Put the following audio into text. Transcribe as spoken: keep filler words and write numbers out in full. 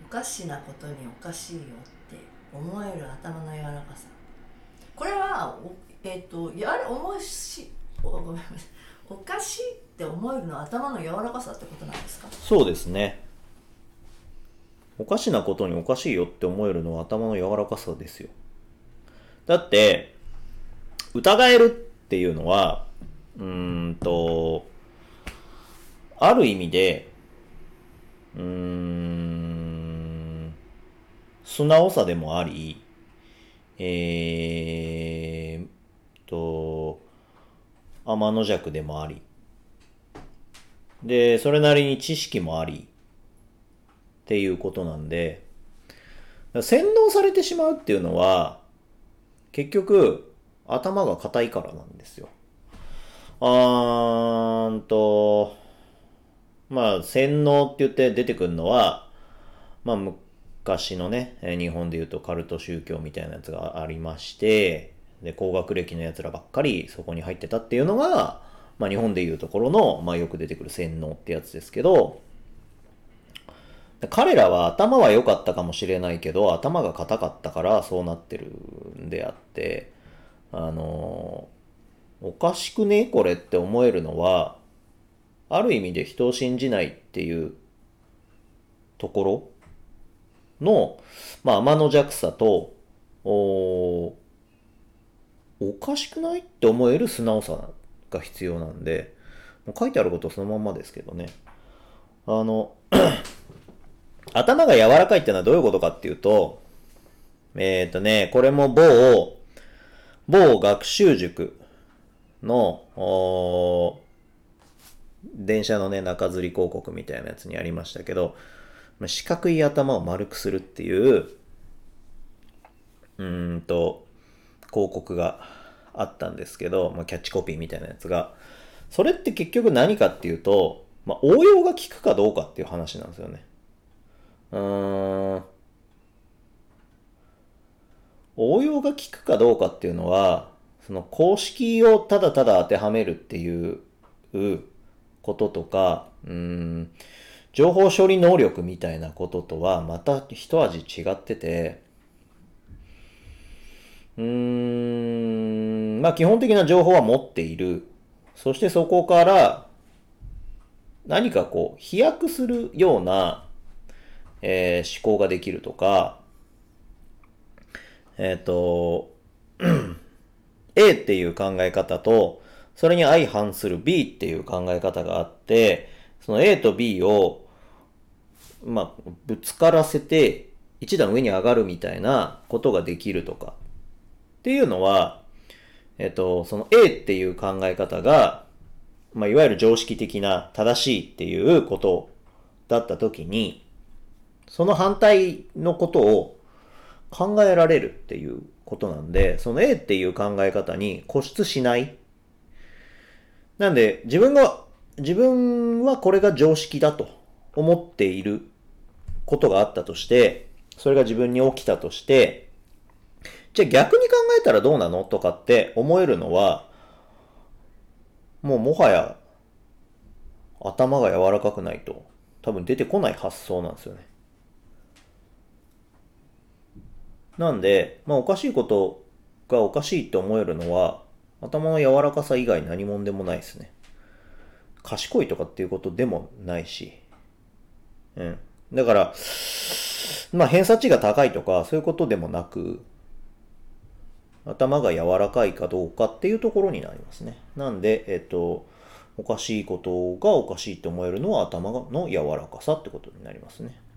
かしなことにおかしいよって思える頭の柔らかさ。これはおえっ、ー、とやる思しおごめんなさいおかしいって思えるのは頭の柔らかさってことなんですか？ そうですね。おかしなことにおかしいよって思えるのは頭の柔らかさですよ。だって疑えるっていうのはうーんとある意味でうーん素直さでもあり、えーと天の弱でもあり、でそれなりに知識もありっていうことなんで、洗脳されてしまうっていうのは結局頭が硬いからなんですよ。あーんとまあ洗脳って言って出てくるのは、まあ昔のね日本でいうとカルト宗教みたいなやつがありまして、で高学歴のやつらばっかりそこに入ってたっていうのが、まあ日本でいうところの、まあよく出てくる洗脳ってやつですけど、彼らは頭は良かったかもしれないけど頭が硬かったからそうなってるんであって、あのおかしくねこれって思えるのはある意味で人を信じないっていうところの、まあ、天の弱さとおおかしくないって思える素直さが必要なんで、書いてあることそのまんまですけどね。あの頭が柔らかいってのはどういうことかっていうと、えっ、ー、とね、これも某、某学習塾の、電車のね、中吊り広告みたいなやつにありましたけど、四角い頭を丸くするっていう、うーんと、広告があったんですけど、まあ、キャッチコピーみたいなやつが、それって結局何かっていうと、まあ、応用が効くかどうかっていう話なんですよね。うーん。応用が効くかどうかっていうのは、その公式をただただ当てはめるっていうこととか、うーん、情報処理能力みたいなこととはまた一味違ってて、うーん、まあ基本的な情報は持っている。そしてそこから何かこう飛躍するような、えー思考ができるとか、えっ、と、A っていう考え方と、それに相反する B っていう考え方があって、その A と B を、まあ、ぶつからせて、一段上に上がるみたいなことができるとか。っていうのは、えっと、その A っていう考え方が、まあ、いわゆる常識的な正しいっていうことだったときに、その反対のことを考えられるっていうことなんで、その A っていう考え方に固執しない。なんで、自分が、自分はこれが常識だと思っていることがあったとして、それが自分に起きたとして、じゃあ逆に考えたらどうなのとかって思えるのは、もうもはや頭が柔らかくないと多分出てこない発想なんですよね。なんで、まあおかしいことがおかしいって思えるのは、頭の柔らかさ以外何もんでもないですね。賢いとかっていうことでもないし。うん。だから、まあ偏差値が高いとかそういうことでもなく、頭が柔らかいかどうかっていうところになりますね。なんで、えっと、おかしいことがおかしいと思えるのは頭の柔らかさってことになりますね。